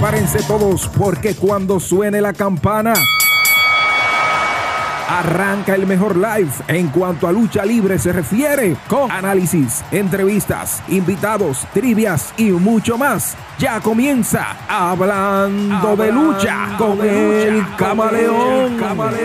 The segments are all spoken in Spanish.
prepárense todos porque cuando suene la campana, arranca el mejor live en cuanto a lucha libre se refiere, con análisis, entrevistas, invitados, trivias y mucho más. Ya comienza Hablando de Lucha con el Camaleón.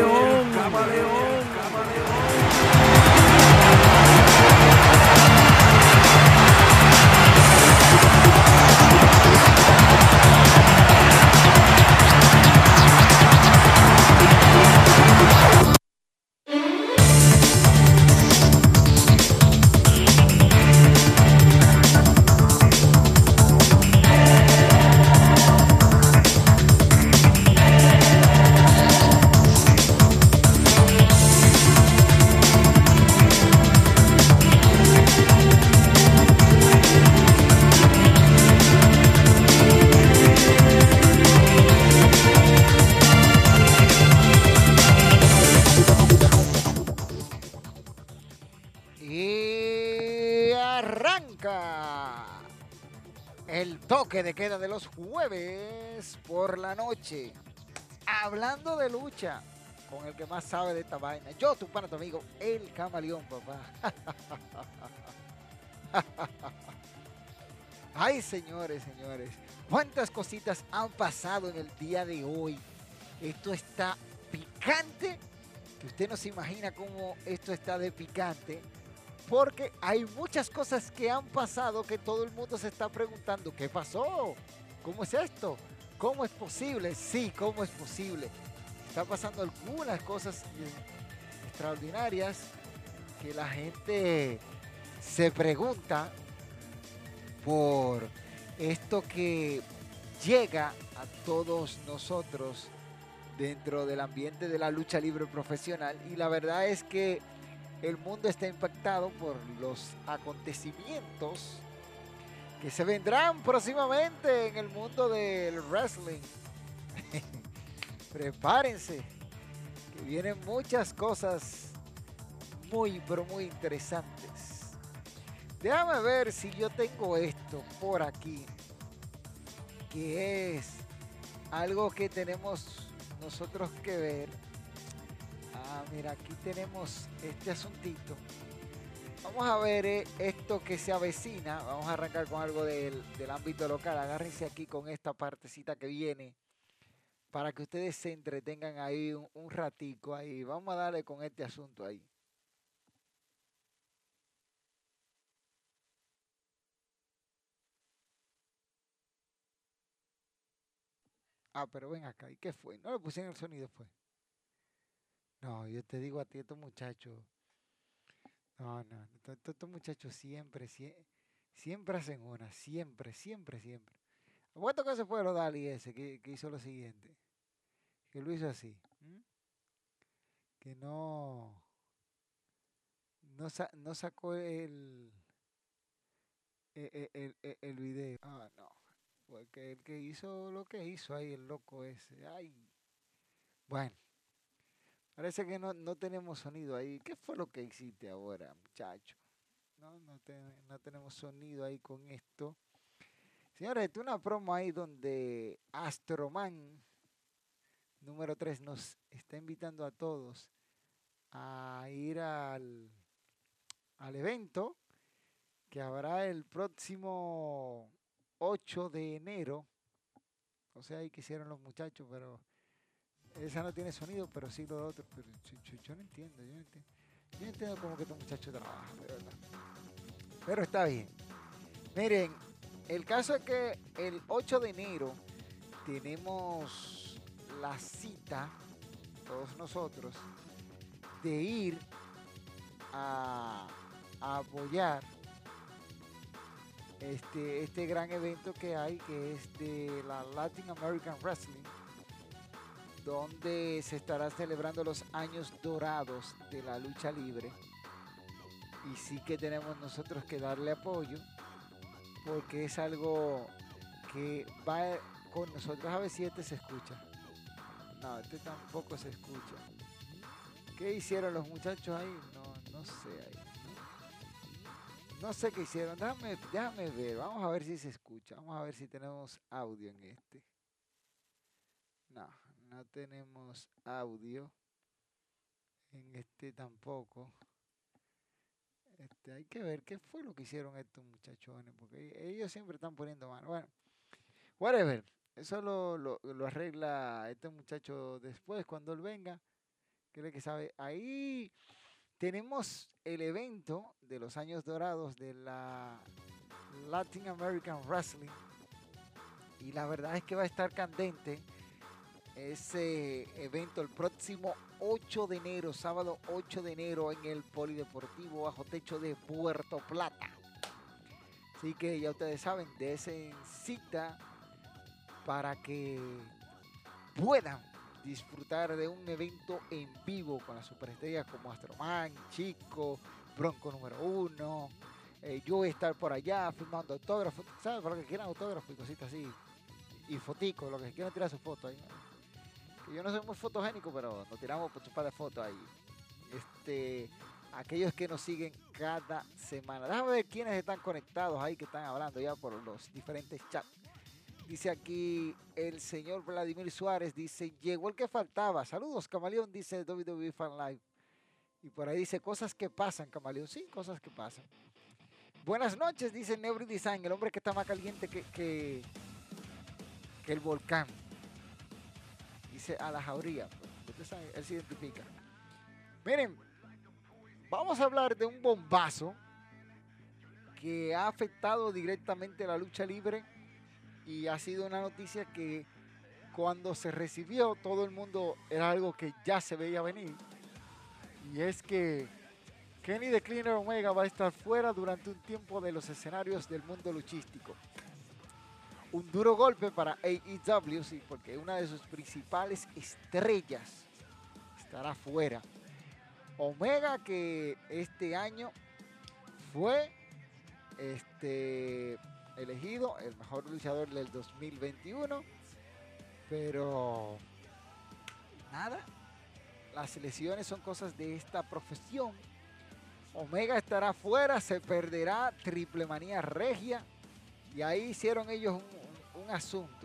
Toque de queda de los jueves por la noche. Hablando de lucha con el que más sabe de esta vaina. Yo, tu pana, tu amigo, el Camaleón, papá. Ay, señores. Cuántas cositas han pasado en el día de hoy. Esto está picante. Que usted no se imagina cómo esto está de picante. Porque hay muchas cosas que han pasado que todo el mundo se está preguntando, ¿qué pasó? ¿Cómo es esto? ¿Cómo es posible? Sí, ¿cómo es posible? Está pasando algunas cosas extraordinarias que la gente se pregunta por esto que llega a todos nosotros dentro del ambiente de la lucha libre profesional. Y la verdad es que el mundo está impactado por los acontecimientos que se vendrán próximamente en el mundo del wrestling. Prepárense, que vienen muchas cosas muy, pero muy interesantes. Déjame ver si yo tengo esto por aquí, que es algo que tenemos nosotros que ver. Mira, aquí tenemos este asuntito. Vamos a ver esto que se avecina. Vamos a arrancar con algo del ámbito local. Agárrense aquí con esta partecita que viene para que ustedes se entretengan ahí un ratico ahí. Vamos a darle con este asunto ahí. Pero ven acá. ¿Y qué fue? No le pusieron el sonido, pues. No, yo te digo a ti, estos muchachos. No. Estos muchachos siempre hacen una. Siempre. Apuesto que se fue Rodali ese que hizo lo siguiente. Que lo hizo así. Que no sacó el video. No. Porque el que hizo lo que hizo ahí, el loco ese. Ay. Bueno. Parece que no tenemos sonido ahí. ¿Qué fue lo que hiciste ahora, muchacho? No tenemos sonido ahí con esto. Señores, esto es una promo ahí donde Astroman número 3 nos está invitando a todos a ir al evento que habrá el próximo 8 de enero. O sea, ahí que hicieron los muchachos, pero esa no tiene sonido, pero sí lo otro. Pero yo no entiendo. Yo no entiendo cómo que estos muchachos trabajan, de verdad. Pero está bien. Miren, el caso es que el 8 de enero tenemos la cita, todos nosotros, de ir a apoyar este gran evento que hay, que es de la Latin American Wrestling, donde se estará celebrando los años dorados de la lucha libre. Y sí que tenemos nosotros que darle apoyo, porque es algo que va con nosotros. A ver si este se escucha. No, este tampoco se escucha. ¿Qué hicieron los muchachos ahí? No sé ahí. No sé qué hicieron. Déjame ver. Vamos a ver si se escucha. Vamos a ver si tenemos audio en este. No, no tenemos audio en este tampoco. Hay que ver qué fue lo que hicieron estos muchachones, porque ellos siempre están poniendo mano. Bueno, whatever. Eso lo arregla este muchacho después, cuando él venga. Cree que sabe. Ahí tenemos el evento de los años dorados de la Latin American Wrestling. Y la verdad es que va a estar candente ese evento el próximo 8 de enero, sábado 8 de enero en el Polideportivo Bajo Techo de Puerto Plata. Así que ya ustedes saben, desen cita para que puedan disfrutar de un evento en vivo con las superestrellas como Astroman, Chico, Bronco número 1. Yo voy a estar por allá firmando autógrafos, ¿sabes? Para los que quieran autógrafos y cositas así. Y foticos, los que quieran tirar su foto ahí. Yo no soy muy fotogénico, pero nos tiramos por un par de fotos ahí. Aquellos que nos siguen cada semana. Déjame ver quiénes están conectados ahí, que están hablando ya por los diferentes chats. Dice aquí el señor Vladimir Suárez, dice, llegó el que faltaba. Saludos, Camaleón, dice WWE Fan Live. Y por ahí dice, cosas que pasan, Camaleón. Sí, cosas que pasan. Buenas noches, dice Nebri Design, el hombre que está más caliente que el volcán. Dice a la jauría. Usted sabe, él se identifica. Miren, vamos a hablar de un bombazo que ha afectado directamente la lucha libre y ha sido una noticia que cuando se recibió todo el mundo era algo que ya se veía venir. Y es que Kenny the Cleaner Omega va a estar fuera durante un tiempo de los escenarios del mundo luchístico. Un duro golpe para AEW, sí, porque una de sus principales estrellas estará fuera. Omega, que este año fue elegido el mejor luchador del 2021, pero nada, las lesiones son cosas de esta profesión. Omega estará fuera, se perderá Triple Manía Regia, y ahí hicieron ellos un asunto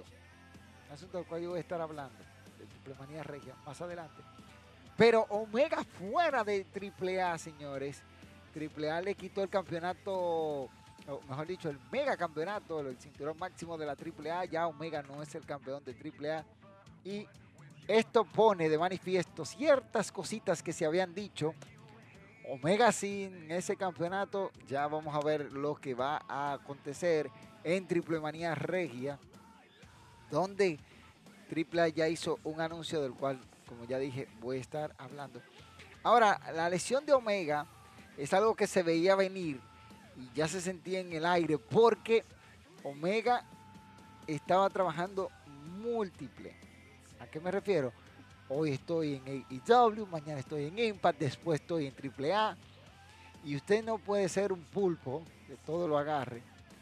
del cual yo voy a estar hablando, de Triple Manía Regia más adelante. Pero Omega fuera de AAA, señores. AAA le quitó el campeonato, o mejor dicho, el mega campeonato, el cinturón máximo de la AAA. Ya Omega no es el campeón de AAA. Y esto pone de manifiesto ciertas cositas que se habían dicho. Omega sin ese campeonato, ya vamos a ver lo que va a acontecer en Triple Manía Regia, donde AAA ya hizo un anuncio del cual, como ya dije, voy a estar hablando. Ahora, la lesión de Omega es algo que se veía venir y ya se sentía en el aire porque Omega estaba trabajando múltiple. ¿A qué me refiero? Hoy estoy en AEW, mañana estoy en Impact, después estoy en AAA. Y usted no puede ser un pulpo que todo lo agarre.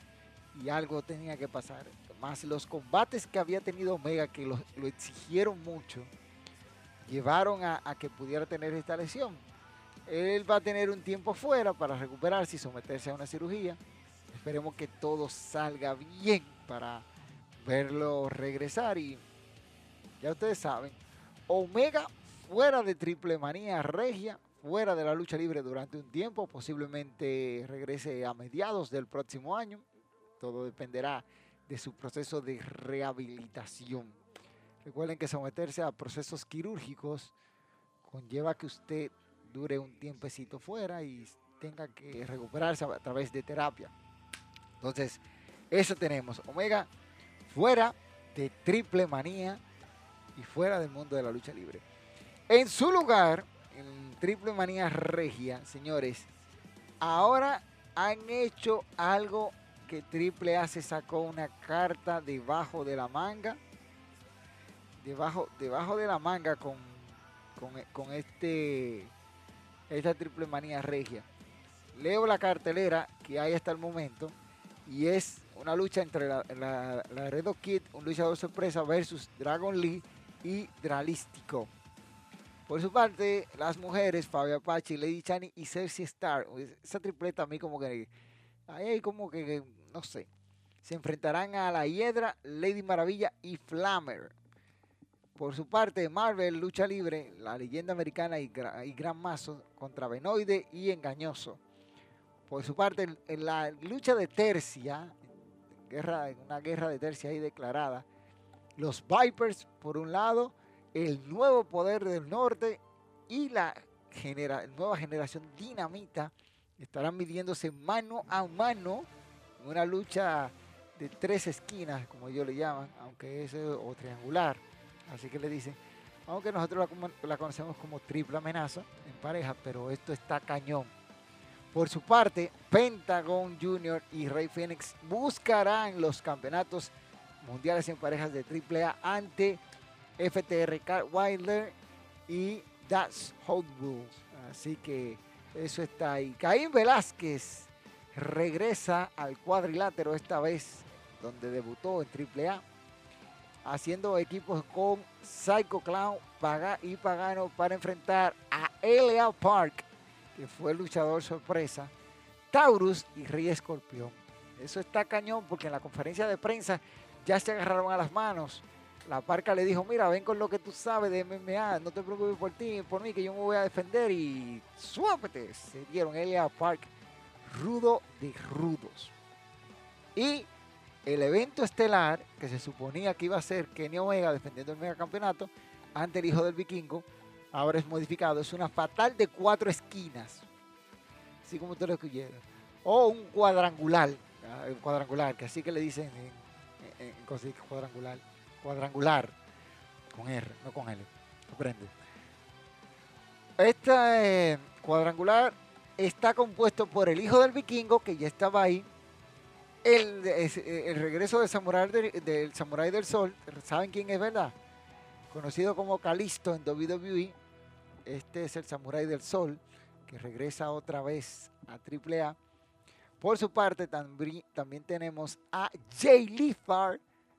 Y algo tenía que pasar. Más los combates que había tenido Omega, que lo exigieron mucho, llevaron a que pudiera tener esta lesión. Él va a tener un tiempo fuera para recuperarse y someterse a una cirugía. Esperemos que todo salga bien para verlo regresar. Y ya ustedes saben, Omega fuera de Triple Manía Regia, fuera de la lucha libre durante un tiempo, posiblemente regrese a mediados del próximo año. Todo dependerá de su proceso de rehabilitación. Recuerden que someterse a procesos quirúrgicos conlleva que usted dure un tiempecito fuera y tenga que recuperarse a través de terapia. Entonces, eso tenemos. Omega fuera de Triple Manía y fuera del mundo de la lucha libre. En su lugar, en Triple Manía Regia, señores, ahora han hecho algo que Triple A se sacó una carta debajo de la manga. Debajo de la manga con esta Triple Manía Regia. Leo la cartelera que hay hasta el momento y es una lucha entre la Laredo Kid, un luchador sorpresa, versus Dragon Lee y Dralístico. Por su parte, las mujeres, Fabio Apache, Lady Chani y Cersei Star. Esa tripleta a mí como que, ahí como que, no sé. Se enfrentarán a la Hiedra, Lady Maravilla y Flammer. Por su parte, Marvel Lucha Libre, la leyenda americana y Gran Mazo contra Benoide y Engañoso. Por su parte, en la lucha de tercia, una guerra de tercia ahí declarada, los Vipers por un lado, el nuevo poder del norte y la nueva generación Dinamita estarán midiéndose mano a mano en una lucha de 3 esquinas, como ellos le llaman, aunque es o triangular, así que le dicen, aunque nosotros la conocemos como triple amenaza en pareja, pero esto está cañón. Por su parte, Pentagon Jr. y Rey Fénix buscarán los campeonatos mundiales en parejas de AAA ante FTR Wilder y Dax Holdbull. Así que eso está ahí. Caín Velázquez regresa al cuadrilátero esta vez, donde debutó en AAA, haciendo equipos con Psycho Clown y Pagano para enfrentar a L.A. Park, que fue el luchador sorpresa, Taurus y Rey Escorpión. Eso está cañón porque en la conferencia de prensa ya se agarraron a las manos. La Parca le dijo, mira, ven con lo que tú sabes de MMA, no te preocupes por mí, que yo me voy a defender, y suápete, se dieron L.A. Park rudo de rudos. Y el evento estelar, que se suponía que iba a ser Kenny Omega defendiendo el megacampeonato ante el hijo del vikingo, ahora es modificado, es una fatal de 4 esquinas, así como ustedes lo escucharon, o un cuadrangular, que así que le dicen en cuadrangular, con R, no con L, comprende. Este cuadrangular está compuesto por el hijo del vikingo, que ya estaba ahí, el regreso del Samurái del Sol, ¿saben quién es, verdad? Conocido como Kalisto en WWE. Este es el Samurái del Sol, que regresa otra vez a AAA. Por su parte, también tenemos a Jay Lethal,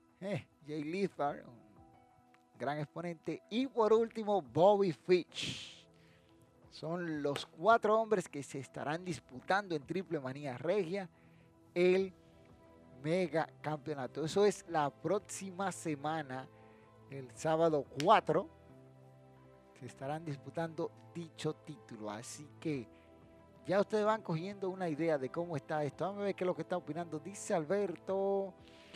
un gran exponente. Y por último, Bobby Fish. Son los 4 hombres que se estarán disputando en Triple Manía Regia el mega campeonato. Eso es la próxima semana, el sábado 4. Se estarán disputando dicho título. Así que ya ustedes van cogiendo una idea de cómo está esto. Vamos a ver qué es lo que está opinando. Dice Alberto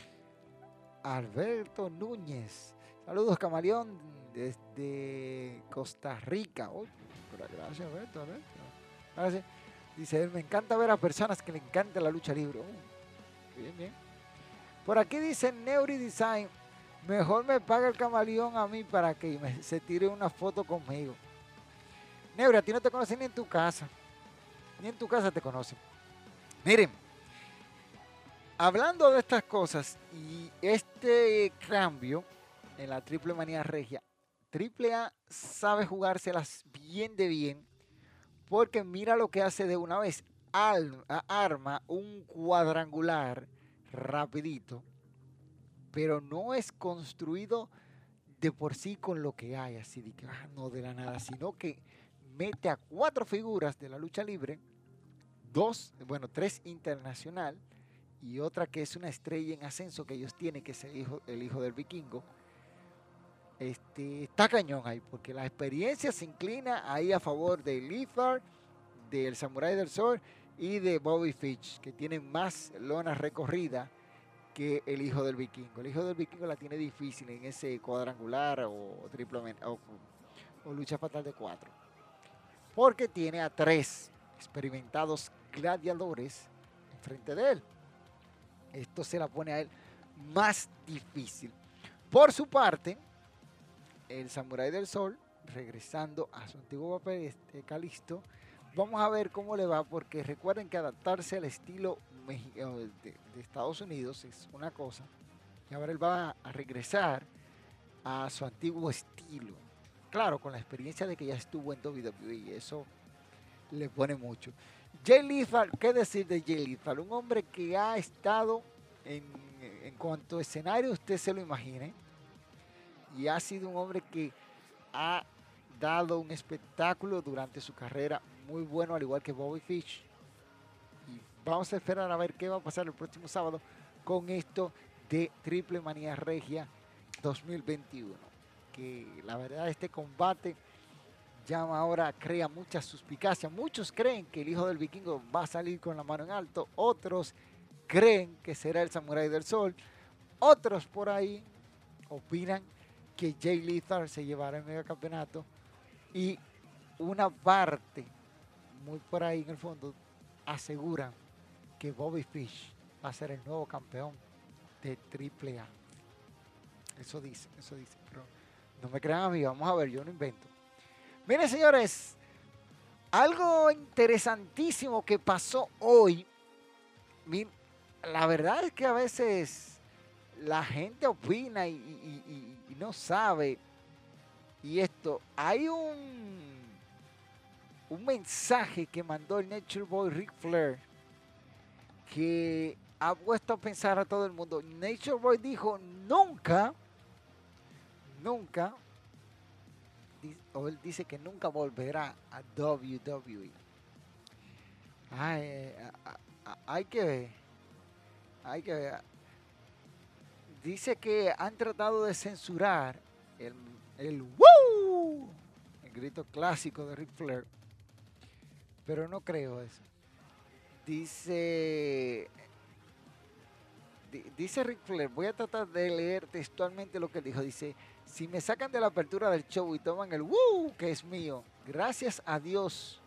Núñez. Saludos, Camaleón, desde Costa Rica. Oh, gracias, Alberto. Gracias. Dice él, me encanta ver a personas que le encanta la lucha libre. Oh, bien. Por aquí dice Neuri Design. Mejor me paga el Camaleón a mí para que se tire una foto conmigo. Neuri, a ti no te conocen ni en tu casa. Ni en tu casa te conocen. Miren, hablando de estas cosas y este cambio en la Triple Manía Regia, AAA sabe jugárselas bien de bien, porque mira lo que hace de una vez. Arma un cuadrangular rapidito, pero no es construido de por sí con lo que hay, así de que no de la nada, sino que mete a 4 figuras de la lucha libre, 3 internacional y otra que es una estrella en ascenso que ellos tienen, que es el hijo del vikingo. Está cañón ahí, porque la experiencia se inclina ahí a favor de Lethal, del Samurái del Sol y de Bobby Fish, que tienen más lona recorrida que el hijo del vikingo. El hijo del vikingo la tiene difícil en ese cuadrangular o lucha fatal de 4, porque tiene a 3 experimentados gladiadores enfrente de él. Esto se la pone a él más difícil. Por su parte, el Samurái del Sol, regresando a su antiguo papel, Kalisto, vamos a ver cómo le va, porque recuerden que adaptarse al estilo de Estados Unidos es una cosa, y ahora él va a regresar a su antiguo estilo. Claro, con la experiencia de que ya estuvo en WWE, eso le pone mucho. Jay Lethal, ¿qué decir de Jay Lethal? Un hombre que ha estado en cuanto a escenario, usted se lo imagine, y ha sido un hombre que ha dado un espectáculo durante su carrera muy bueno, al igual que Bobby Fish. Y vamos a esperar a ver qué va a pasar el próximo sábado con esto de Triple Manía Regia 2021, que la verdad este combate llama ahora, crea mucha suspicacia. Muchos creen que el hijo del vikingo va a salir con la mano en alto, otros creen que será el samurái del sol, otros por ahí opinan que Jay Lethal se llevará el megacampeonato y una parte, muy por ahí en el fondo, aseguran que Bobby Fish va a ser el nuevo campeón de AAA. Eso dice, pero no me crean a mí, vamos a ver, yo no invento. Miren, señores, algo interesantísimo que pasó hoy. La verdad es que a veces la gente opina y no sabe. Y esto, hay un mensaje que mandó el Nature Boy Ric Flair que ha puesto a pensar a todo el mundo. Nature Boy dijo nunca, o él dice que nunca volverá a WWE. Ay, hay que ver. Dice que han tratado de censurar el ¡woo! El grito clásico de Ric Flair, pero no creo eso. Dice Ric Flair, voy a tratar de leer textualmente lo que dijo. Dice, si me sacan de la apertura del show y toman el ¡woo! Que es mío, gracias a Dios,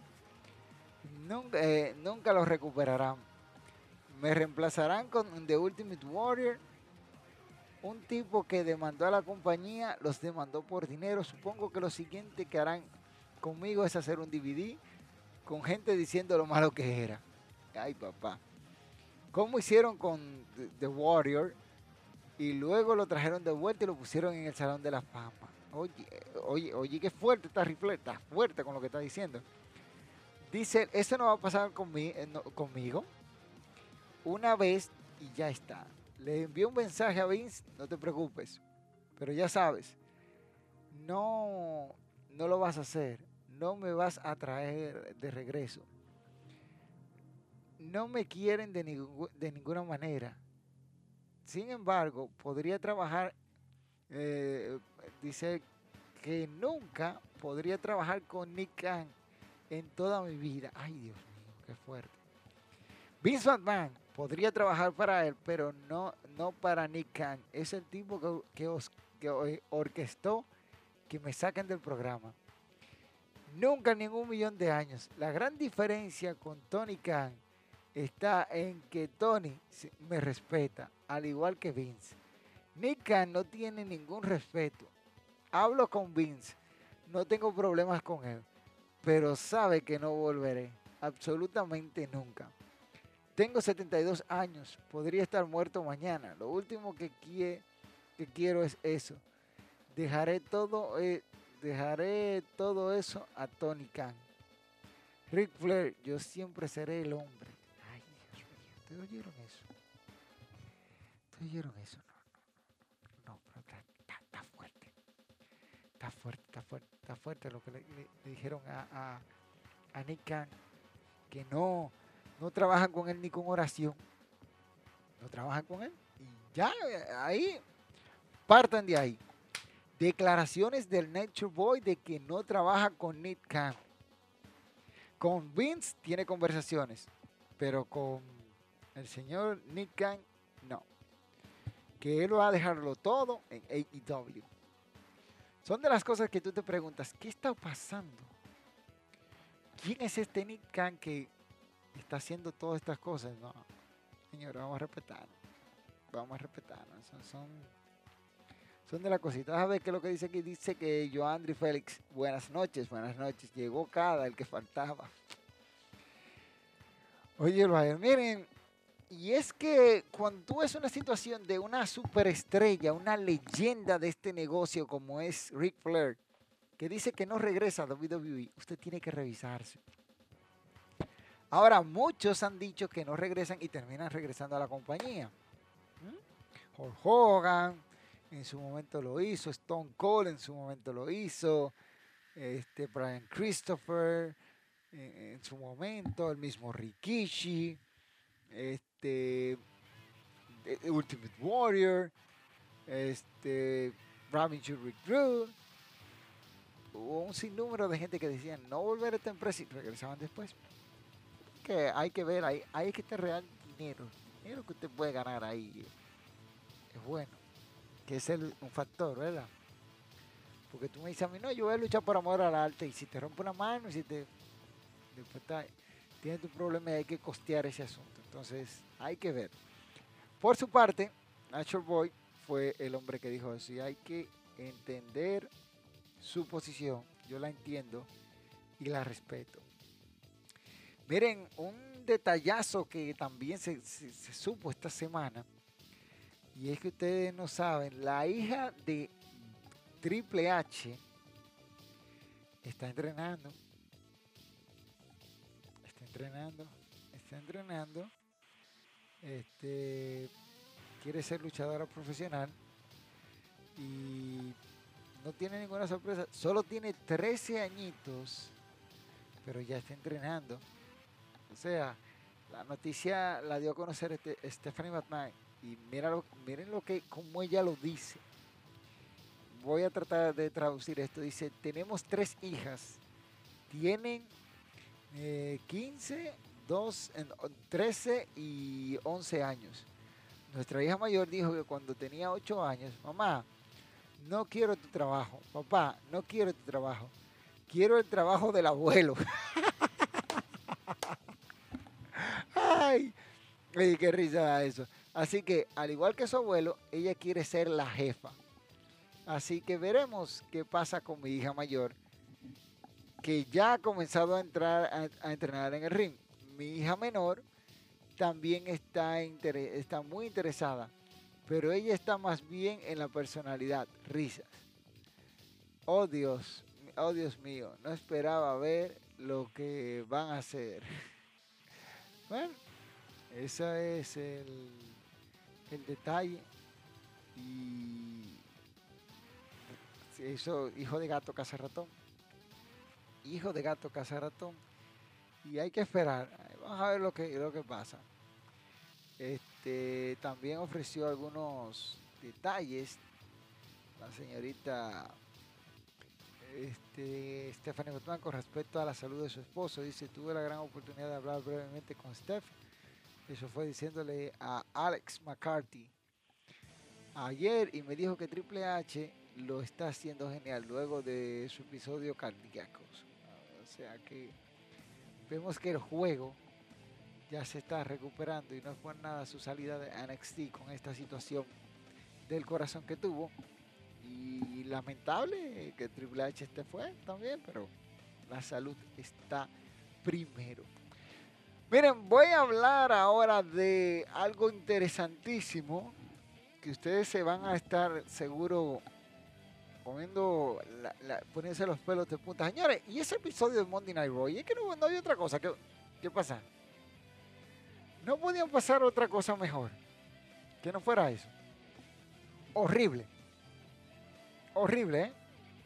nunca lo recuperarán. Me reemplazarán con The Ultimate Warrior, un tipo que demandó a la compañía, los demandó por dinero. Supongo que lo siguiente que harán conmigo es hacer un DVD con gente diciendo lo malo que era. Ay, papá. Como hicieron con The Warrior y luego lo trajeron de vuelta y lo pusieron en el Salón de la Fama. Oye, qué fuerte está Ric Flair, está fuerte con lo que está diciendo. Dice, eso no va a pasar conmigo una vez y ya está. Le envió un mensaje a Vince, no te preocupes, pero ya sabes, no lo vas a hacer, no me vas a traer de regreso. No me quieren de ninguna manera. Sin embargo, podría trabajar, dice que nunca podría trabajar con Nick Khan en toda mi vida. Ay, Dios mío, qué fuerte. Vince McMahon podría trabajar para él, pero no para Nick Khan. Es el tipo que orquestó que me saquen del programa. Nunca en ningún millón de años. La gran diferencia con Tony Khan está en que Tony me respeta, al igual que Vince. Nick Khan no tiene ningún respeto. Hablo con Vince, no tengo problemas con él, pero sabe que no volveré, absolutamente nunca. Tengo 72 años, podría estar muerto mañana. Lo último que quiero es eso. Dejaré todo eso a Tony Khan. Ric Flair, yo siempre seré el hombre. Ay, Dios mío, ¿ustedes oyeron eso? No, pero está fuerte. Está fuerte lo que le dijeron a Nick Khan, que no trabajan con él ni con oración. No trabajan con él. Y ya, ahí, partan de ahí. Declaraciones del Nature Boy de que no trabaja con Nick Khan. Con Vince tiene conversaciones, pero con el señor Nick Khan, no. Que él va a dejarlo todo en AEW. Son de las cosas que tú te preguntas, ¿qué está pasando? ¿Quién es este Nick Khan que está haciendo todas estas cosas? No, señor, vamos a respetarnos. Son de las cositas. A ver qué es lo que dice aquí. Dice que Joandri Félix, buenas noches. Llegó cada el que faltaba. Oye, miren, y es que cuando tú ves una situación de una superestrella, una leyenda de este negocio como es Ric Flair, que dice que no regresa a WWE, usted tiene que revisarse. Ahora, muchos han dicho que no regresan y terminan regresando a la compañía. Hulk Hogan en su momento lo hizo, Stone Cold en su momento lo hizo, Brian Christopher en su momento, el mismo Rikishi, Ultimate Warrior, Ravage Rick Rude. hubo un sinnúmero de gente que decían no volver a esta empresa y regresaban después. Que hay que ver, ahí es que está real dinero. Dinero que usted puede ganar ahí es bueno. Que es un factor, ¿verdad? Porque tú me dices a mí, no, yo voy a luchar por amor al arte. Y si te rompe una mano, y si te... Después tienes tu problema y hay que costear ese asunto. Entonces, hay que ver. Por su parte, Nature Boy fue el hombre que dijo, sí, hay que entender su posición. Yo la entiendo y la respeto. Miren, un detallazo que también se supo esta semana, y es que ustedes no saben, la hija de Triple H está entrenando, quiere ser luchadora profesional y no tiene ninguna sorpresa, solo tiene 13 añitos, pero ya está entrenando. O sea, la noticia la dio a conocer Stephanie McMahon y miren como ella lo dice. Voy a tratar de traducir esto. Dice, tenemos 3 hijas, tienen 15, 13 y 11 años. Nuestra hija mayor dijo que cuando tenía 8 años, mamá, no quiero tu trabajo, papá, no quiero tu trabajo, quiero el trabajo del abuelo. Ay, qué risa da eso. Así que, al igual que su abuelo, ella quiere ser la jefa. Así que veremos qué pasa con mi hija mayor, que ya ha comenzado a entrar a entrenar en el ring. Mi hija menor también está muy interesada, pero ella está más bien en la personalidad, risas. Oh Dios mío, no esperaba ver lo que van a hacer. Bueno, ese es el detalle. Y eso, hijo de gato caza ratón. Hijo de gato caza ratón. Y hay que esperar. Vamos a ver lo que pasa. También ofreció algunos detalles la señorita Stephanie McMahon con respecto a la salud de su esposo. Dice, tuve la gran oportunidad de hablar brevemente con Steph. Eso fue diciéndole a Alex McCarthy ayer y me dijo que Triple H lo está haciendo genial luego de su episodio cardíaco. O sea que vemos que el juego ya se está recuperando y no es por nada su salida de NXT con esta situación del corazón que tuvo. Y lamentable que Triple H fue también, pero la salud está primero. Miren, voy a hablar ahora de algo interesantísimo que ustedes se van a estar seguro poniéndose los pelos de punta. Señores, y ese episodio de Monday Night Raw, y es que no hay otra cosa. ¿Qué pasa? No podían pasar otra cosa mejor que no fuera eso. Horrible. Horrible, ¿eh?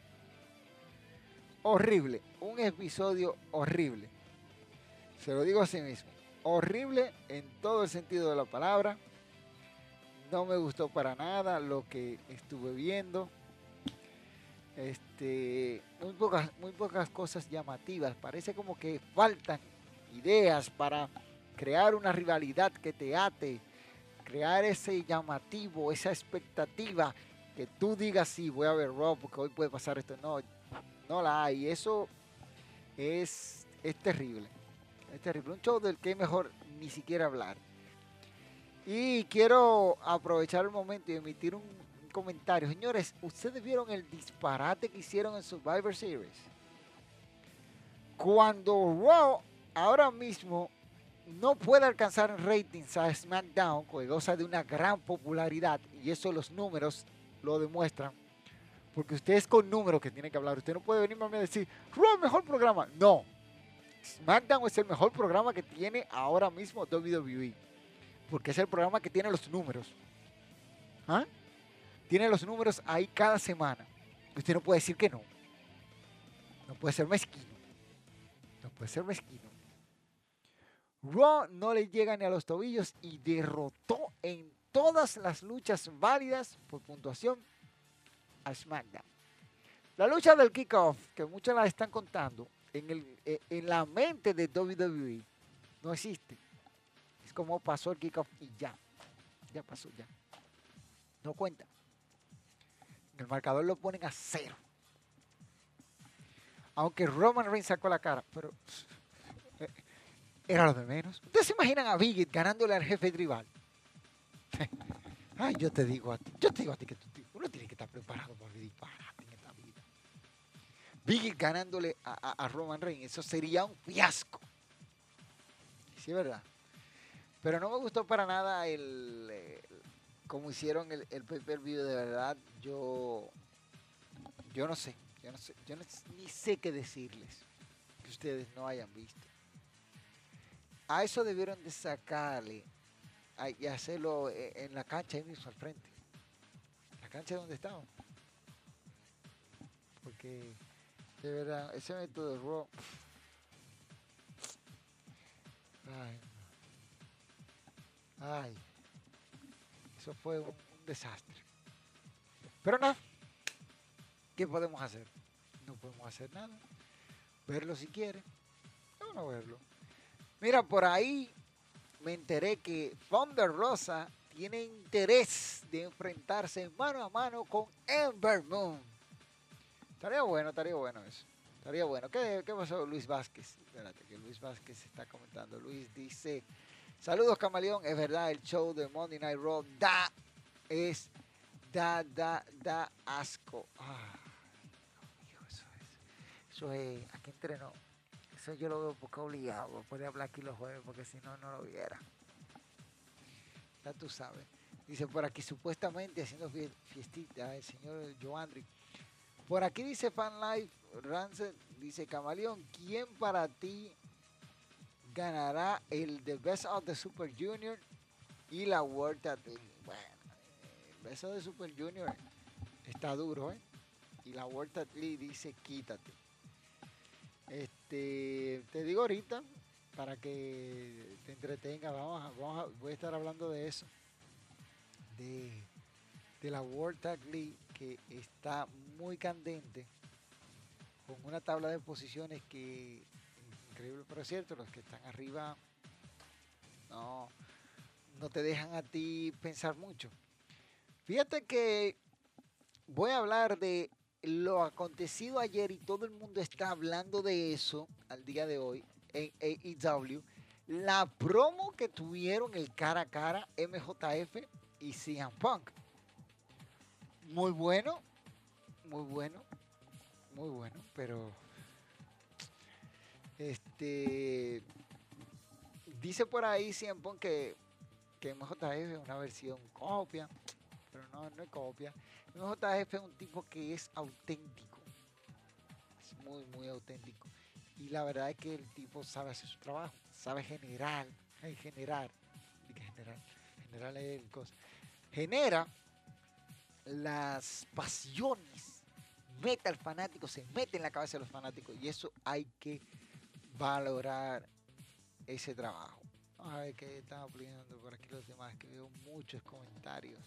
Horrible. Un episodio horrible. Se lo digo así mismo. Horrible en todo el sentido de la palabra. No me gustó para nada lo que estuve viendo. Muy pocas cosas llamativas. Parece como que faltan ideas para crear una rivalidad que te ate. Crear ese llamativo, esa expectativa. Que tú digas, sí, voy a ver Raw porque hoy puede pasar esto. No la hay. Eso es terrible. Es terrible. Un show del que es mejor ni siquiera hablar. Y quiero aprovechar el momento y emitir un comentario. Señores, ¿ustedes vieron el disparate que hicieron en Survivor Series? Cuando Raw ahora mismo no puede alcanzar en ratings a SmackDown, que goza de una gran popularidad, y eso los números lo demuestran, porque usted es con números que tiene que hablar. Usted no puede venirme a decir, Raw, el mejor programa. No. SmackDown es el mejor programa que tiene ahora mismo WWE. Porque es el programa que tiene los números. ¿Ah? Tiene los números ahí cada semana. Usted no puede decir que no. No puede ser mezquino. No puede ser mezquino. Raw no le llega ni a los tobillos y derrotó en todas las luchas válidas por puntuación a SmackDown. La lucha del kickoff, que muchos la están contando, en la mente de WWE, no existe. Es como pasó el kickoff y ya. Ya pasó, ya. No cuenta. En el marcador lo ponen a 0. Aunque Roman Reigns sacó la cara, pero eh, era lo de menos. ¿Ustedes se imaginan a Big E ganándole al jefe tribal? Ay, yo te digo a ti que uno tiene que estar preparado para disparate en esta vida. Big E ganándole a Roman Reigns, eso sería un fiasco. Sí, es verdad. Pero no me gustó para nada como hicieron el pay-per-view, de verdad. Yo no sé, ni sé qué decirles que ustedes no hayan visto. A eso debieron de sacarle y hacerlo en la cancha ahí mismo al frente. La cancha donde estaban. Porque, de verdad, ese método de Raw. Ay, eso fue un desastre. Pero nada, ¿qué podemos hacer? No podemos hacer nada. Verlo si quiere, o no verlo. Mira, por ahí me enteré que Thunder Rosa tiene interés de enfrentarse mano a mano con Ember Moon. Estaría bueno eso. Estaría bueno. ¿Qué pasó Luis Vázquez? Espérate, que Luis Vázquez está comentando. Luis dice, saludos Camaleón, es verdad, el show de Monday Night Raw da asco. Eso es, aquí entrenó. Eso yo lo veo poco obligado. Puede hablar aquí los jueves porque si no, no lo viera. Ya tú sabes. Dice por aquí, supuestamente haciendo fiestita el señor Joandri. Por aquí dice Fan Life Rancid, dice Camaleón, ¿quién para ti ganará el The Best of the Super Junior y la World Tag Team? Bueno, el Best of the Super Junior está duro, ¿eh? Y la World Tag Team dice quítate. Te digo ahorita para que te entretenga, voy a estar hablando de eso, de la World Tag League, que está muy candente, con una tabla de posiciones que increíble, pero es cierto, los que están arriba no te dejan a ti pensar mucho. Fíjate que voy a hablar de lo acontecido ayer y todo el mundo está hablando de eso al día de hoy en AEW. La promo que tuvieron el cara a cara MJF y CM Punk. Muy bueno, pero dice por ahí CM Punk que MJF es una versión copia, pero no es copia. MJF es un tipo que es auténtico, es muy auténtico, y la verdad es que el tipo sabe hacer su trabajo, sabe generar es el cosa, genera las pasiones, mete al fanático, se mete en la cabeza de los fanáticos, y eso hay que valorar ese trabajo. Vamos a ver qué están opinando por aquí los demás, que veo muchos comentarios.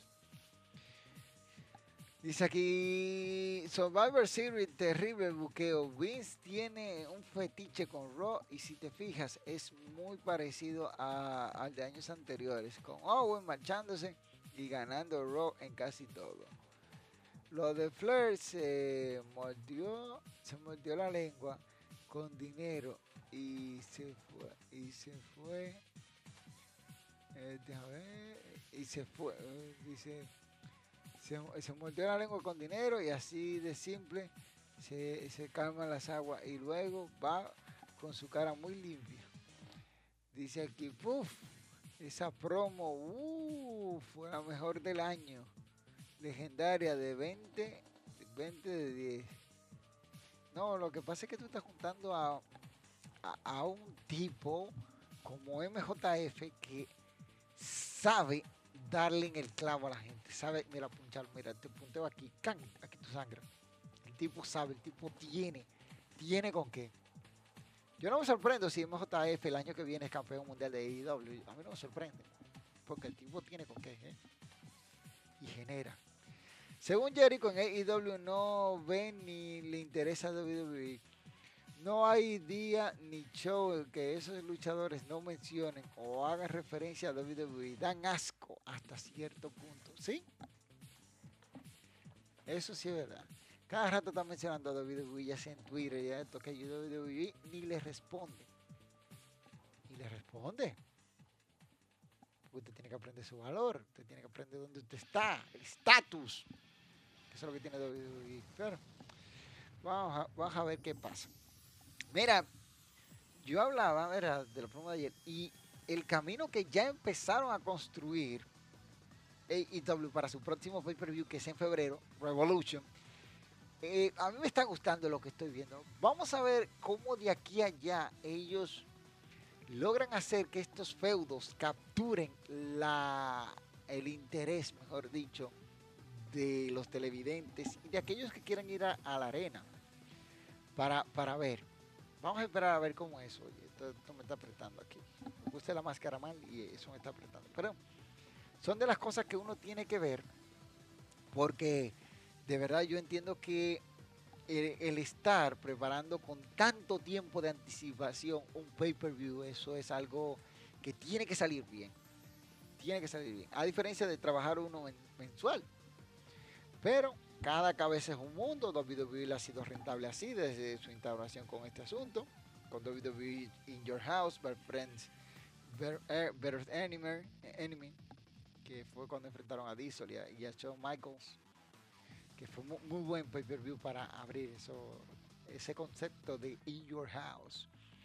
Dice aquí, Survivor Series, terrible buqueo. Vince tiene un fetiche con Raw y si te fijas es muy parecido al de años anteriores, con Owen marchándose y ganando Raw en casi todo. Lo de Flair se mordió la lengua con dinero y se fue. Dice, se mordió la lengua con dinero y así de simple se calman las aguas y luego va con su cara muy limpia. Dice aquí, esa promo, fue la mejor del año. Legendaria de 20 de 10. No, lo que pasa es que tú estás juntando a un tipo como MJF que sabe darle en el clavo a la gente, sabe, mira, punchar, mira, te punteo aquí, aquí tu sangre. El tipo sabe, el tipo tiene con qué. Yo no me sorprendo si MJF el año que viene es campeón mundial de AEW, a mí no me sorprende, porque el tipo tiene con qué, y genera. Según Jericho, en AEW no ven ni le interesa a WWE. No hay día ni show en que esos luchadores no mencionen o hagan referencia a WWE. Dan asco hasta cierto punto. ¿Sí? Eso sí es verdad. Cada rato están mencionando a WWE, ya sea en Twitter, ya esto, que WWE ni le responde. Ni le responde. Usted tiene que aprender su valor. Usted tiene que aprender dónde usted está. El estatus. Eso es lo que tiene WWE. Pero vamos a ver qué pasa. Mira, yo hablaba, ¿verdad?, de la promo de ayer y el camino que ya empezaron a construir AEW para su próximo pay-per-view, que es en febrero, Revolution. A mí me está gustando lo que estoy viendo. Vamos a ver cómo de aquí a allá ellos logran hacer que estos feudos capturen el interés, mejor dicho, de los televidentes y de aquellos que quieran ir a la arena para ver. Vamos a esperar a ver cómo es. Oye, esto me está apretando aquí. Me puse la máscara mal y eso me está apretando. Pero son de las cosas que uno tiene que ver porque de verdad yo entiendo que el estar preparando con tanto tiempo de anticipación un pay-per-view, eso es algo que tiene que salir bien. Tiene que salir bien. A diferencia de trabajar uno mensual. Pero cada cabeza es un mundo. WWE ha sido rentable así desde su instauración con este asunto. Con WWE In Your House, Best Friends, Better Enemy, que fue cuando enfrentaron a Diesel y a Shawn Michaels, que fue muy buen pay-per-view para abrir ese concepto de In Your House.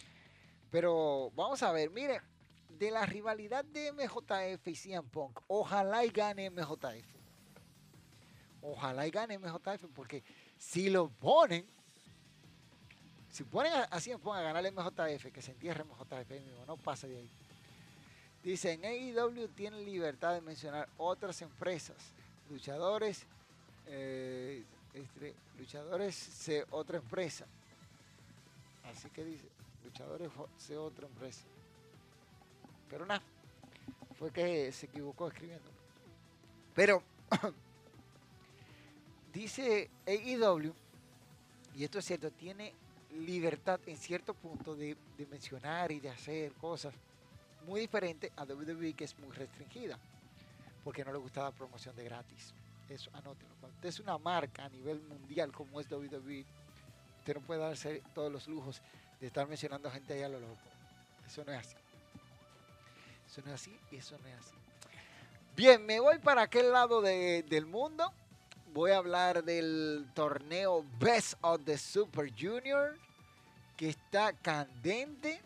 Pero vamos a ver, mire, de la rivalidad de MJF y CM Punk, ojalá y gane MJF. Ojalá y gane MJF, porque si lo ponen, si ponen a CM Punk a ganar el MJF, que se entierre MJF mismo, no pasa de ahí. Dicen, AEW tiene libertad de mencionar otras empresas, luchadores, otra empresa. Así que dice, luchadores C otra empresa. Pero nada, fue que se equivocó escribiendo. Pero dice AEW, y esto es cierto, tiene libertad en cierto punto de mencionar y de hacer cosas muy diferentes a WWE, que es muy restringida, porque no le gusta la promoción de gratis. Eso, anótenlo. Cuando usted es una marca a nivel mundial como es WWE, usted no puede darse todos los lujos de estar mencionando a gente ahí a lo loco. Eso no es así. Eso no es así y eso no es así. Bien, me voy para aquel lado del mundo. Voy a hablar del torneo Best of the Super Junior, que está candente.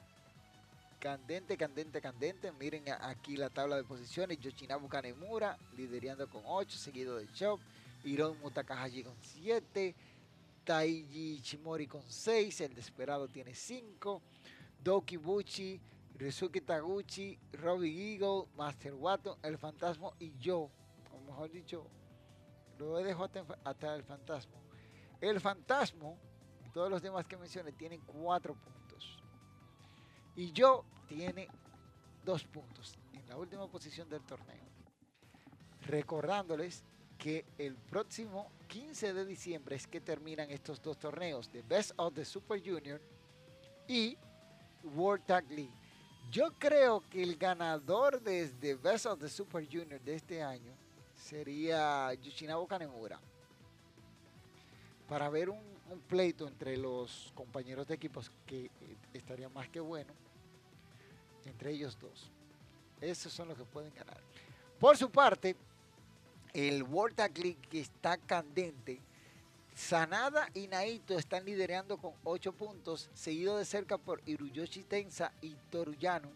Candente. Miren aquí la tabla de posiciones. Yoshinabu Kanemura liderando con 8, seguido de Chop. Hiromu Takahashi con 7. Taiji Ishimori con 6. El Desperado tiene 5. Doki Buchi, Ryusuke Taguchi, Robbie Eagle, Master Wato, El Fantasma y yo. O mejor dicho, lo dejo hasta el Fantasma. El Fantasma y todos los demás que mencioné tienen 4 puntos. Y yo tiene 2 puntos en la última posición del torneo. Recordándoles que el próximo 15 de diciembre es que terminan estos 2 torneos de Best of the Super Junior y World Tag League. Yo creo que el ganador desde Best of the Super Junior de este año sería Yoshinabu Kanemura. Para ver un pleito entre los compañeros de equipos que estaría más que bueno entre ellos dos. Esos son los que pueden ganar. Por su parte, el World Tag League, que está candente, Sanada y Naito están liderando con 8 puntos, seguido de cerca por Hiroshi Tensa y Toruyano.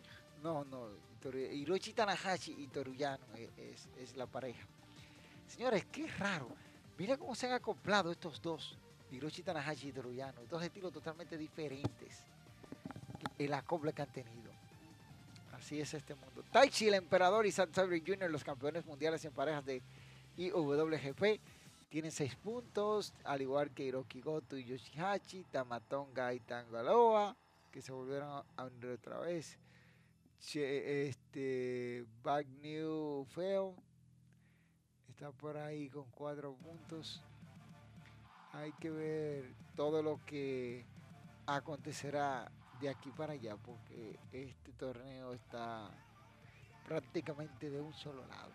Hiroshi Tanahashi y Toruyano es la pareja. Señores, qué raro. Mira cómo se han acoplado estos dos, Hiroshi Tanahashi y Toruyano. Dos estilos totalmente diferentes. El acople que han tenido. Así es este mundo. Taichi, el emperador, y Zack Sabre Jr., los campeones mundiales en parejas de IWGP, tienen 6 puntos, al igual que Hiroki Goto y Yoshihashi, Tamatonga y Tangaloa, que se volvieron a unir otra vez. Bag New Feo, Está por ahí con 4 puntos. Hay que ver todo lo que acontecerá de aquí para allá, porque este torneo está prácticamente de un solo lado.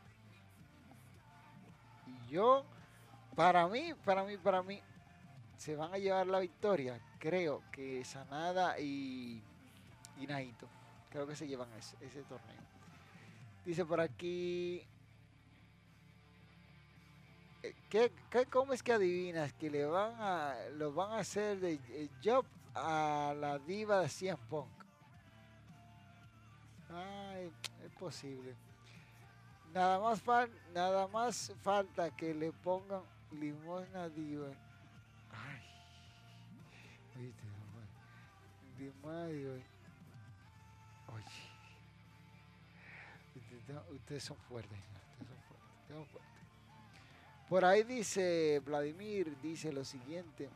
Y yo, para mí, se van a llevar la victoria. Creo que Sanada y Naito. Creo que se llevan ese torneo. Dice por aquí, ¿cómo es que adivinas que lo van a hacer de job a la diva de CM Punk? Ay, es posible. Nada más falta que le pongan limosna diva. Ay, oíste, limosna diva. Oye, ustedes son fuertes, ustedes son fuertes. Por ahí dice Vladimir, dice lo siguiente.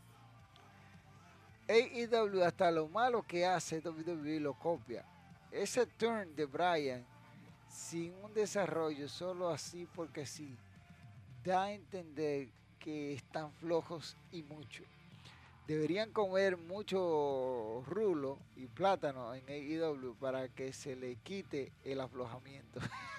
AEW hasta lo malo que hace WWE lo copia. Ese turn de Bryan sin un desarrollo, solo así porque sí, da a entender que están flojos y mucho. Deberían comer mucho rulo y plátano en AEW para que se le quite el aflojamiento.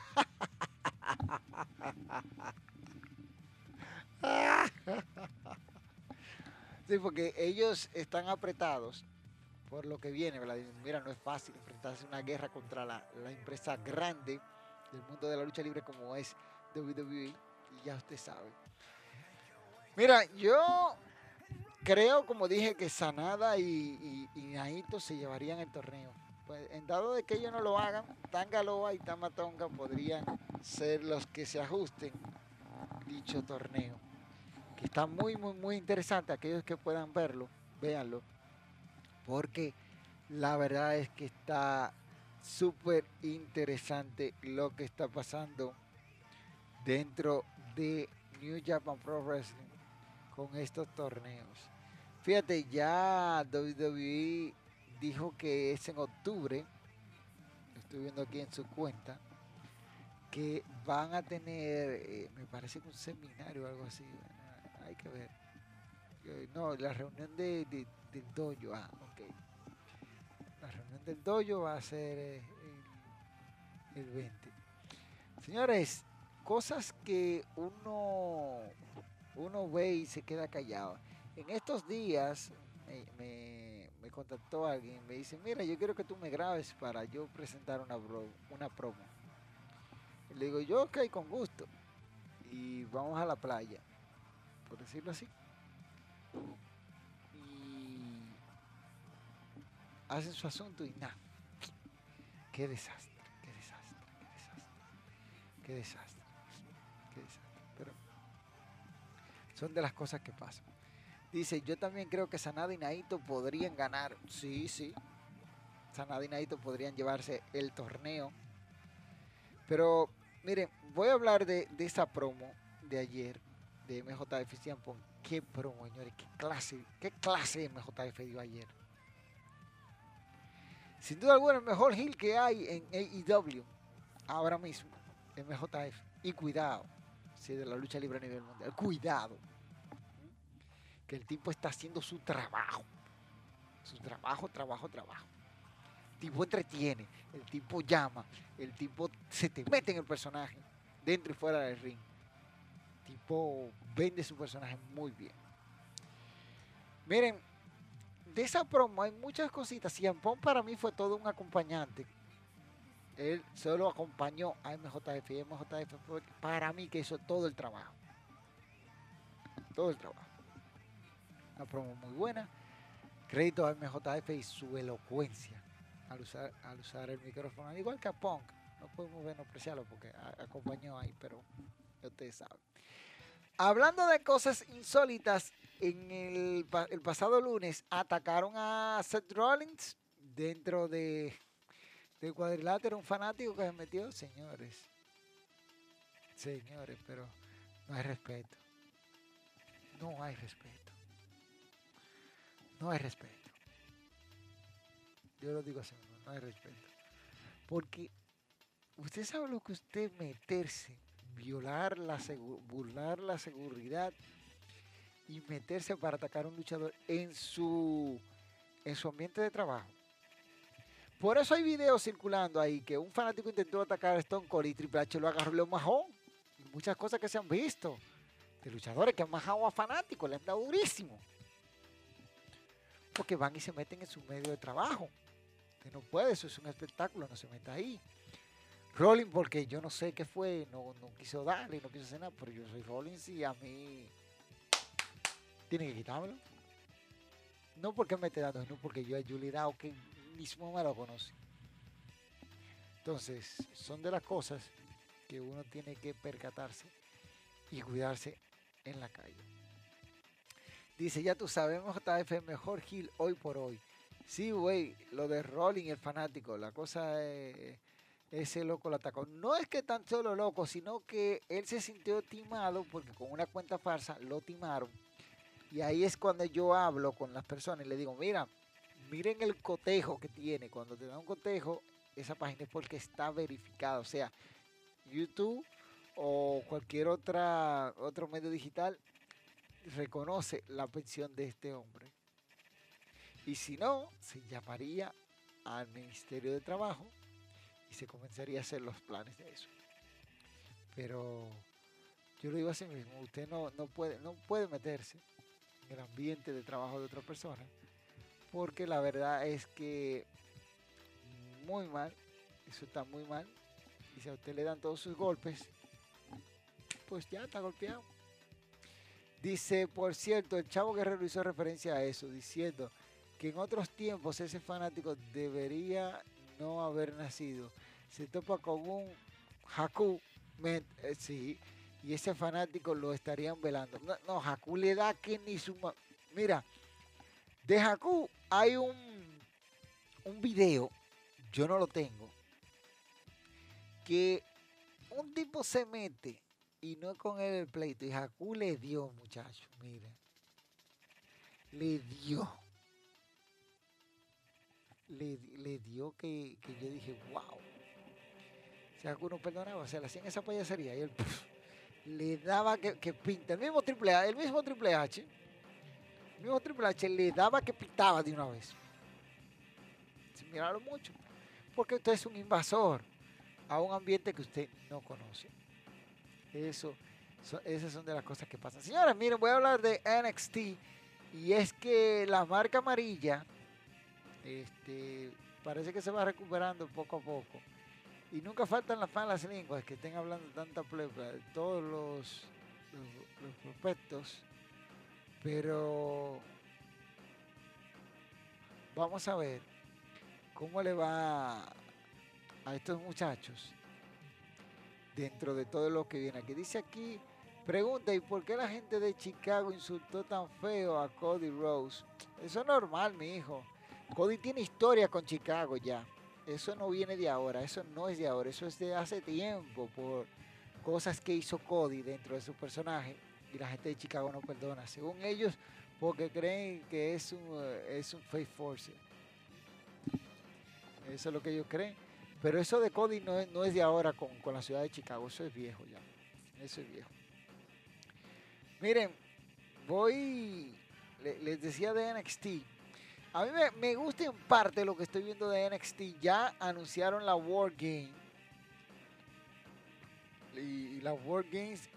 Sí, porque ellos están apretados por lo que viene, Vladimir. Mira, no es fácil enfrentarse a una guerra contra la empresa grande del mundo de la lucha libre como es WWE, y ya usted sabe. Mira, yo creo, como dije, que Sanada y Naito se llevarían el torneo. Pues en dado de que ellos no lo hagan, Tangaloa y Tamatonga podrían ser los que se ajusten dicho torneo. Que está muy interesante. Aquellos que puedan verlo, véanlo. Porque la verdad es que está súper interesante lo que está pasando dentro de New Japan Pro Wrestling con estos torneos. Fíjate, ya WWE dijo que es en octubre, estoy viendo aquí en su cuenta, que van a tener, me parece que un seminario o algo así, hay que ver. No, la reunión del dojo, ok. La reunión del dojo va a ser el 20. Señores, cosas que uno ve y se queda callado. En estos días me contactó alguien, me dice, mira, yo quiero que tú me grabes para yo presentar una promo. Y le digo, yo ok, con gusto. Y vamos a la playa, por decirlo así. Y hacen su asunto y nada. Qué desastre, qué desastre, qué desastre, qué desastre, qué desastre. Pero son de las cosas que pasan. Dice, yo también creo que Sanada y Naito podrían ganar. Sí, sí. Sanada y Naito podrían llevarse el torneo. Pero, miren, voy a hablar de esa promo de ayer, de MJF Ciampo. Qué promo, señores. Qué clase de MJF dio ayer. Sin duda alguna, el mejor heel que hay en AEW ahora mismo, MJF. Y cuidado, si es de la lucha libre a nivel mundial. Cuidado. Que el tipo está haciendo su trabajo. Su trabajo. El tipo entretiene, el tipo llama, el tipo se te mete en el personaje, dentro y fuera del ring. El tipo vende su personaje muy bien. Miren, de esa promo hay muchas cositas. Ciampón para mí fue todo un acompañante. Él solo acompañó a MJF y MJF fue para mí que hizo todo el trabajo. Todo el trabajo. Una promo muy buena. Crédito a MJF y su elocuencia al usar el micrófono. Al igual que a Punk. No podemos menospreciarlo porque acompañó ahí, pero ustedes saben. Hablando de cosas insólitas, en el pasado lunes atacaron a Seth Rollins dentro del cuadrilátero, un fanático que se metió, señores, pero no hay respeto, no hay respeto, no hay respeto. Yo lo digo así, no hay respeto, porque usted sabe lo que usted meterse burlar la seguridad y meterse para atacar a un luchador en su ambiente de trabajo. Por eso hay videos circulando ahí que un fanático intentó atacar a Stone Cold y Triple H lo agarró y lo majó. Y muchas cosas que se han visto de luchadores que han majado a fanáticos, le han dado durísimo. Porque van y se meten en su medio de trabajo. Usted no puede, eso es un espectáculo, no se meta ahí. Rollins, porque yo no sé qué fue, no quiso darle, no quiso hacer nada, pero yo soy Rollins y a mí tiene que quitármelo. No porque me esté dando, no porque yo a Julie Dao, que mismo me lo conoce. Entonces, son de las cosas que uno tiene que percatarse y cuidarse en la calle. Dice, ya tú sabes, JF, mejor heel hoy por hoy. Sí, güey, lo de Rolling, el fanático, la cosa es, ese loco lo atacó. No es que tan solo loco, sino que él se sintió timado porque con una cuenta falsa lo timaron. Y ahí es cuando yo hablo con las personas y le digo, mira, miren el cotejo que tiene. Cuando te da un cotejo, esa página es porque está verificada. O sea, YouTube o cualquier otro medio digital reconoce la pensión de este hombre. Y si no, se llamaría al Ministerio de Trabajo y se comenzaría a hacer los planes de eso. Pero yo lo digo así mismo, usted no puede meterse en el ambiente de trabajo de otra persona, porque la verdad es que muy mal, eso está muy mal, y si a usted le dan todos sus golpes, pues ya está golpeado. Dice, por cierto, el Chavo Guerrero hizo referencia a eso, diciendo que en otros tiempos ese fanático debería no haber nacido. Se topa con un Haku, sí, y ese fanático lo estarían velando. No, Haku le da que ni su... Mira, de Haku hay un video, yo no lo tengo, que un tipo se mete y no es con él el pleito. Y Haku le dio, muchacho, mira. Le dio. Le dio que yo dije, wow. Si Haku no perdonaba, o sea, le hacían esa payasería y él le daba que pinta. El mismo Triple H, le daba que pintaba de una vez. Sin mirarlo mucho. Porque usted es un invasor a un ambiente que usted no conoce. Esas son de las cosas que pasan. Señores, miren, voy a hablar de NXT. Y es que la marca amarilla parece que se va recuperando poco a poco. Y nunca faltan las malas lenguas que estén hablando tanta plebra de todos los prospectos. Pero vamos a ver cómo le va a estos muchachos dentro de todo lo que viene aquí. Dice aquí, pregunta, ¿y por qué la gente de Chicago insultó tan feo a Cody Rhodes? Eso es normal, mi hijo. Cody tiene historia con Chicago ya. Eso no viene de ahora, eso no es de ahora, eso es de hace tiempo por cosas que hizo Cody dentro de su personaje y la gente de Chicago no perdona, según ellos, porque creen que es un fake force. Eso es lo que ellos creen. Pero eso de Cody no es de ahora con la ciudad de Chicago, eso es viejo ya. Eso es viejo. Miren, les decía de NXT. A mí me gusta en parte lo que estoy viendo de NXT. Ya anunciaron la War Game. Y las War Games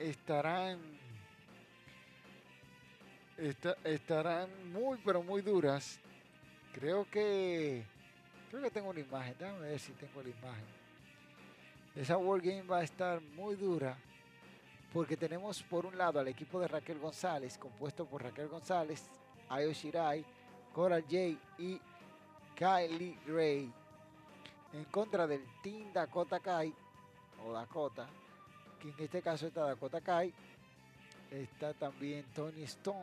estarán muy, pero muy duras. Creo que tengo una imagen. Déjame ver si tengo la imagen. Esa War Game va a estar muy dura. Porque tenemos por un lado al equipo de Raquel González, compuesto por Raquel González, Io Shirai, Coral J y Kylie Ray, en contra del Team Dakota Kai, o Dakota, que en este caso está Dakota Kai, está también Tony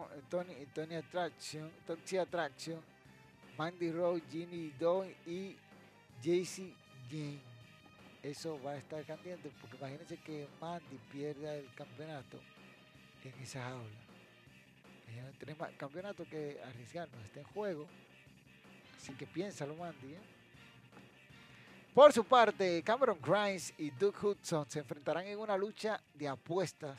Attraction, Mandy Rose, Ginny Dawn y Jacy Jane. Eso va a estar caliente porque imagínense que Mandy pierda el campeonato en esa jaula. Ella no tiene campeonato que arriesgar, no está en juego. Así que piénsalo, Mandy. Por su parte, Cameron Grimes y Duke Hudson se enfrentarán en una lucha de apuestas,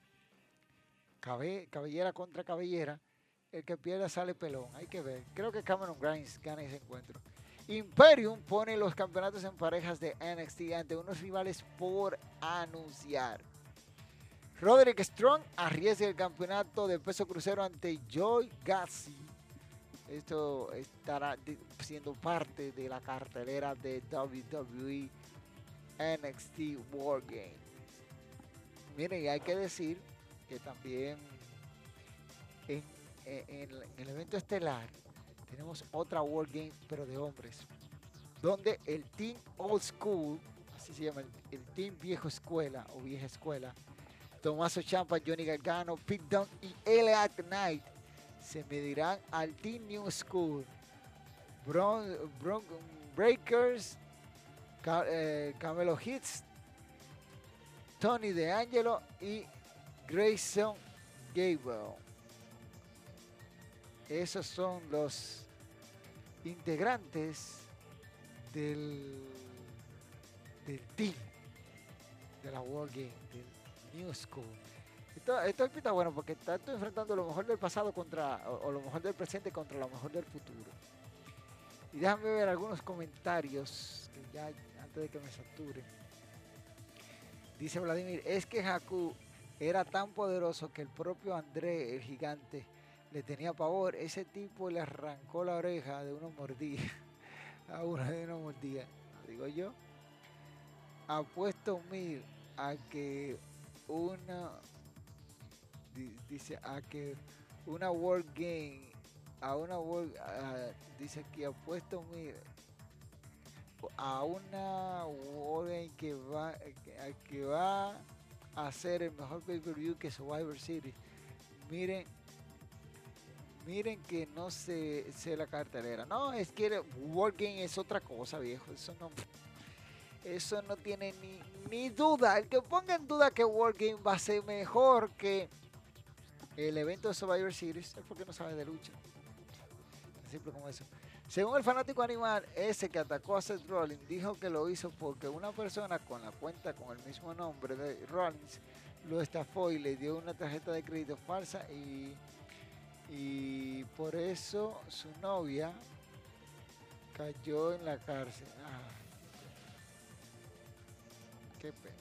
cabellera contra cabellera. El que pierda sale pelón. Hay que ver. Creo que Cameron Grimes gana ese encuentro. Imperium pone los campeonatos en parejas de NXT ante unos rivales por anunciar. Roderick Strong arriesga el campeonato de peso crucero ante Joey Gacy. Esto estará siendo parte de la cartelera de WWE NXT War Games. Miren, y hay que decir que también en el evento estelar tenemos otra War Game, pero de hombres, donde el Team Old School, así se llama, el Team Viejo Escuela o Vieja Escuela, Tommaso Ciampa, Johnny Gargano, Pete Dunne y LA Knight se medirán al Team New School, Breakers, Camelo Hits, Tony DeAngelo y Grayson Gable. Esos son los integrantes del team de la World Game, del New School. Esto está bueno porque está enfrentando lo mejor del pasado o lo mejor del presente contra lo mejor del futuro. Y déjame ver algunos comentarios que ya antes de que me sature. Dice Vladimir, es que Haku era tan poderoso que el propio André, el gigante, le tenía pavor. Ese tipo le arrancó la oreja de una mordida. A una de una mordida. Digo yo. Apuesto 1000 a que una. Dice a que una World Game. A una World. Dice que apuesto 1000 a una World Game que va a ser el mejor pay-per-view que Survivor Series. Miren que no sé la cartelera. No, es que World Game es otra cosa, viejo. Eso no tiene ni duda. El que ponga en duda que World Game va a ser mejor que el evento de Survivor Series es porque no sabe de lucha. Tan simple como eso. Según el fanático animal, ese que atacó a Seth Rollins dijo que lo hizo porque una persona con la cuenta con el mismo nombre de Rollins lo estafó y le dio una tarjeta de crédito falsa y por eso su novia cayó en la cárcel. Qué pena.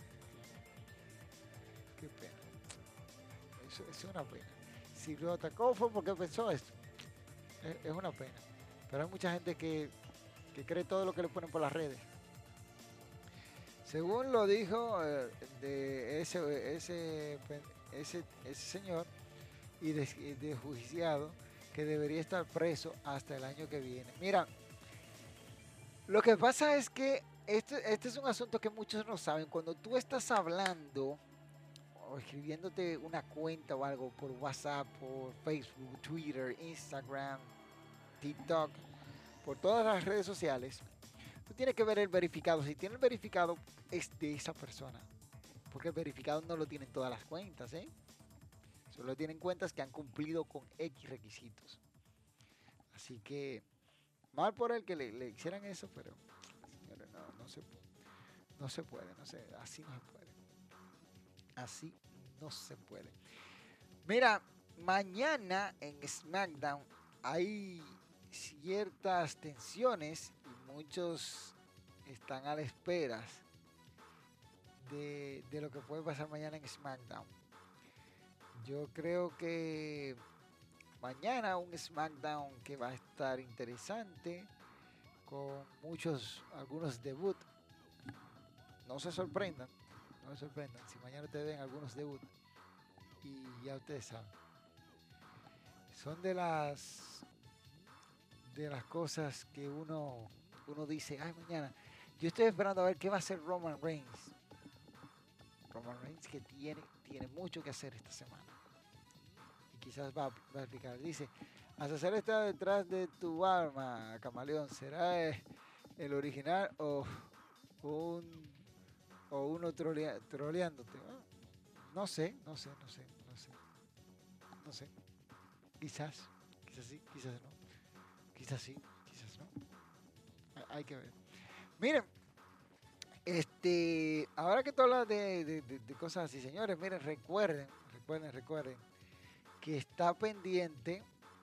Qué pena. Eso es una pena. Si lo atacó fue porque pensó esto. Es una pena. Pero hay mucha gente que cree todo lo que le ponen por las redes. Según lo dijo de ese señor y de juiciado, que debería estar preso hasta el año que viene. Mira, lo que pasa es que este es un asunto que muchos no saben. Cuando tú estás hablando o escribiéndote una cuenta o algo por WhatsApp, por Facebook, Twitter, Instagram, TikTok, por todas las redes sociales, tú tienes que ver el verificado. Si tiene el verificado, es de esa persona. Porque el verificado no lo tienen todas las cuentas, ¿eh? Solo tienen cuentas que han cumplido con X requisitos. Así que, mal por él que le hicieran eso, pero, señores, no se puede, así no se puede. Así no se puede. Mira, mañana en SmackDown hay ciertas tensiones y muchos están a la espera de lo que puede pasar mañana en SmackDown. Yo creo que mañana un SmackDown que va a estar interesante con algunos debut. No se sorprendan, si mañana ustedes ven algunos debut y ya ustedes saben. Son de las cosas que uno dice, ay, mañana. Yo estoy esperando a ver qué va a hacer Roman Reigns. Roman Reigns que tiene mucho que hacer esta semana. Y quizás va a explicar. Dice, Azazel está detrás de tu arma, camaleón. ¿Será el original o uno troleándote? No sé. Quizás sí, quizás no. Quizás sí, quizás no. Hay que ver. Miren, ahora que tú hablas de cosas así, señores, miren, recuerden que está pendiente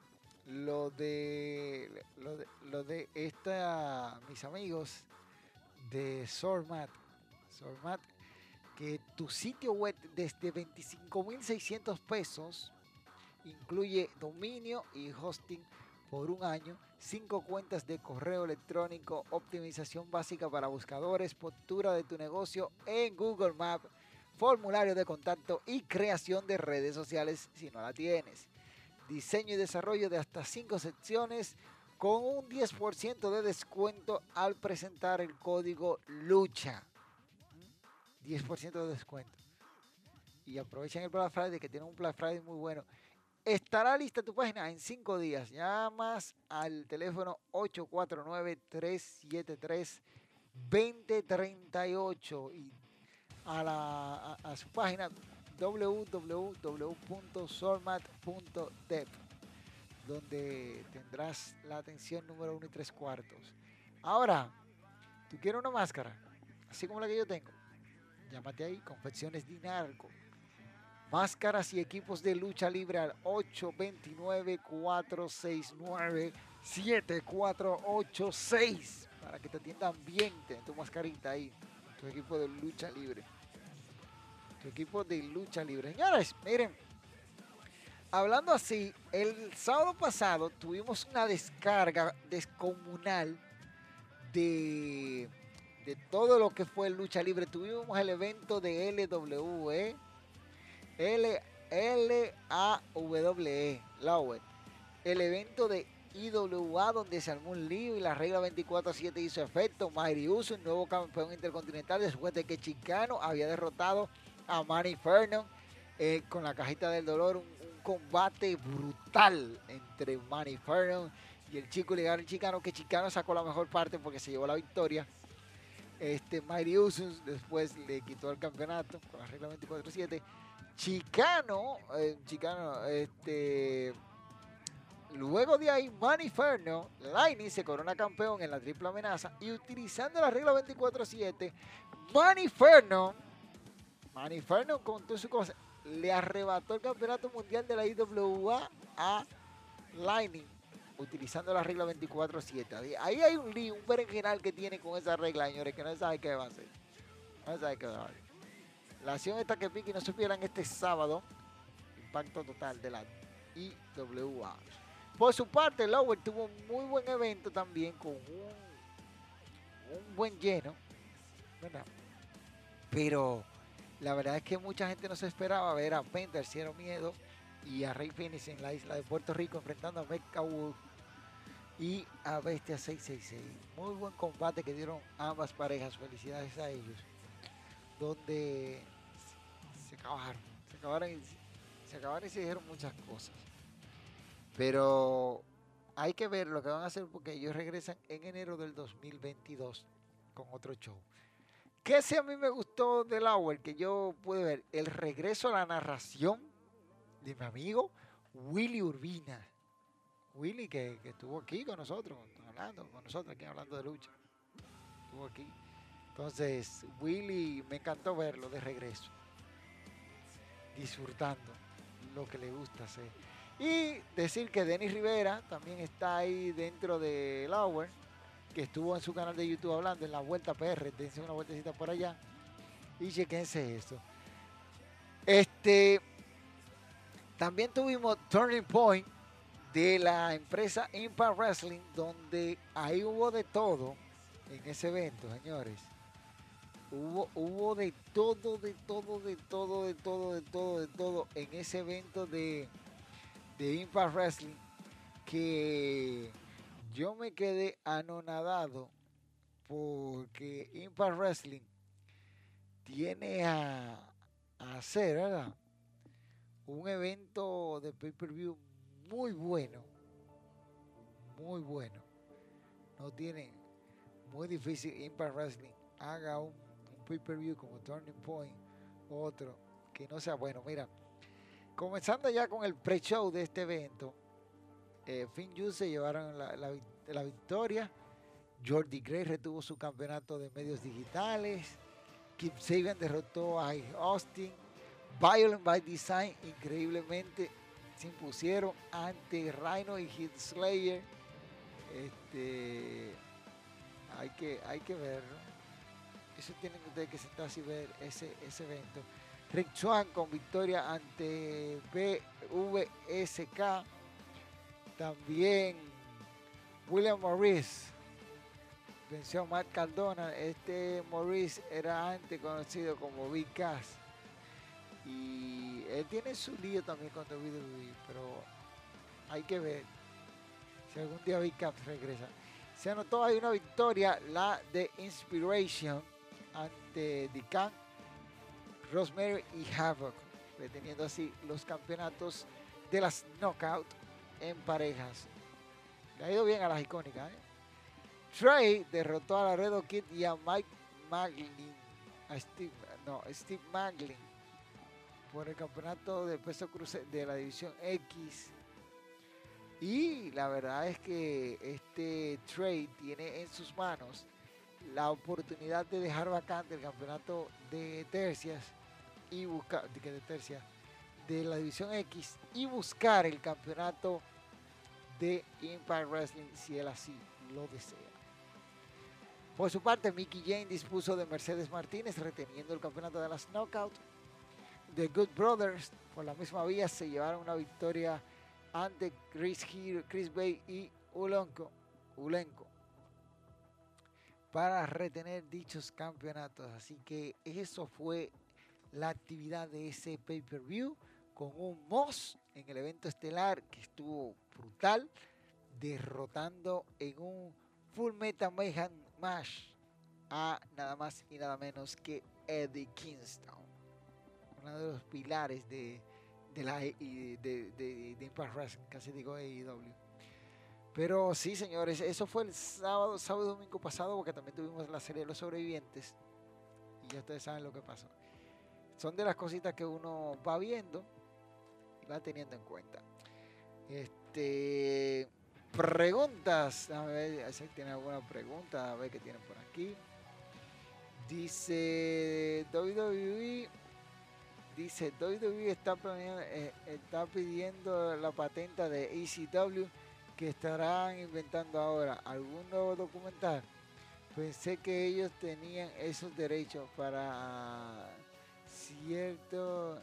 lo de mis amigos de Sormat, que tu sitio web desde 25.600 pesos incluye dominio y hosting por un año, 5 cuentas de correo electrónico, optimización básica para buscadores, postura de tu negocio en Google Maps, formulario de contacto y creación de redes sociales si no la tienes. Diseño y desarrollo de hasta 5 secciones con un 10% de descuento al presentar el código LUCHA. 10% de descuento. Y aprovechen el Black Friday, que tiene un Black Friday muy bueno. Estará lista tu página en 5 días. Llamas al teléfono 849-373-2038 y a su página www.sormat.dev, donde tendrás la atención número 1 y 3/4. Ahora, ¿tú quieres una máscara? Así como la que yo tengo. Llámate ahí, Confecciones Dinarco. Máscaras y equipos de lucha libre al 829-469-7486 para que te atiendan bien, ten tu mascarita ahí, tu equipo de lucha libre. Tu equipo de lucha libre. Señores, miren, hablando así, el sábado pasado tuvimos una descarga descomunal de todo lo que fue lucha libre. Tuvimos el evento de LWE. Lawed. El evento de IWA donde se armó un lío y la regla 24/7 hizo efecto. Mighty Uso, un nuevo campeón intercontinental después de que Chicano había derrotado a Manny Inferno con la cajita del dolor. Un combate brutal entre Manny Inferno y el chico legal Chicano, que Chicano sacó la mejor parte porque se llevó la victoria. Mighty Usos después le quitó el campeonato con la regla 24/7. Chicano, luego de ahí, Manny Inferno, Lightning se corona campeón en la triple amenaza y utilizando la regla 24/7, Manny Inferno con todas sus cosas, le arrebató el campeonato mundial de la IWA a Lightning utilizando la regla 24/7. Ahí hay un lío, un berenjenal que tiene con esa regla, señores, que no sabe qué va a hacer. No sabe qué va a hacer. La acción está que pique y no supieran este sábado. Impacto total de la IWA. Por su parte, Lower tuvo un muy buen evento también con un buen lleno, ¿verdad? Pero la verdad es que mucha gente no se esperaba ver a Penta, el Cielo Miedo, y a Rey Fénix en la isla de Puerto Rico enfrentando a Mecha Wolf y a Bestia 666. Muy buen combate que dieron ambas parejas. Felicidades a ellos. Donde se acabaron y se dijeron muchas cosas. Pero hay que ver lo que van a hacer porque ellos regresan en enero del 2022 con otro show. ¿Qué sí a mí me gustó del Hour que yo pude ver? El regreso a la narración de mi amigo Willy Urbina. Willy que estuvo aquí con nosotros, aquí hablando de lucha. Estuvo aquí. Entonces, Willy me encantó verlo de regreso. Disfrutando lo que le gusta hacer. Y decir que Denis Rivera también está ahí dentro de Lauer, que estuvo en su canal de YouTube hablando en la Vuelta PR. Dense una vueltecita por allá y chequense esto. También tuvimos Turning Point de la empresa Impact Wrestling, donde ahí hubo de todo en ese evento, señores. Hubo de todo en ese evento de Impact Wrestling, que yo me quedé anonadado porque Impact Wrestling tiene a hacer, ¿verdad?, un evento de pay-per-view muy bueno. No tiene, muy difícil Impact Wrestling haga un pay-per-view como Turning Point, otro que no sea bueno. Mira, comenzando ya con el pre-show de este evento, Finn Juice se llevaron la victoria. Jordi Gray retuvo su campeonato de medios digitales. Kip Sabian derrotó a Austin. Violent by Design, increíblemente, se impusieron ante Rhino y Heath Slayer. Hay que verlo. Eso tienen ustedes que sentarse y ver ese evento. Rick Swann con victoria ante BVSK. También William Morris venció a Matt Cardona. Morris era antes conocido como Big Cass. Y él tiene su lío también con WWE, pero hay que ver si algún día Big Cass regresa. Se anotó ahí una victoria, la de Inspiration ante Decan, Rosemary y Havoc, reteniendo así los campeonatos de las Knockout en parejas. Le ha ido bien a las icónicas. Trey derrotó a Laredo Kid y a Mike Maglin, Steve Maglin, por el campeonato de peso cruce de la división X. Y la verdad es que Trey tiene en sus manos la oportunidad de dejar vacante el campeonato de tercias y buscar de la división X y buscar el campeonato de Impact Wrestling si él así lo desea. Por su parte, Mickie James dispuso de Mercedes Martínez reteniendo el campeonato de las Knockout. The Good Brothers por la misma vía se llevaron una victoria ante Chris Bay y Ulenko para retener dichos campeonatos. Así que eso fue la actividad de ese pay-per-view con un Moss en el evento estelar que estuvo brutal, derrotando en un Full Metal Mayhem Match a nada más y nada menos que Eddie Kingston, uno de los pilares de Impact Wrestling, casi digo AEW. Pero sí, señores, eso fue el sábado y domingo pasado, porque también tuvimos la serie de los sobrevivientes y ya ustedes saben lo que pasó. Son de las cositas que uno va viendo y va teniendo en cuenta. Preguntas, a ver si tiene alguna pregunta, a ver qué tienen por aquí. Dice WWE está pidiendo la patente de ECW que estarán inventando ahora. ¿Algún nuevo documental? Pensé que ellos tenían esos derechos para cierto.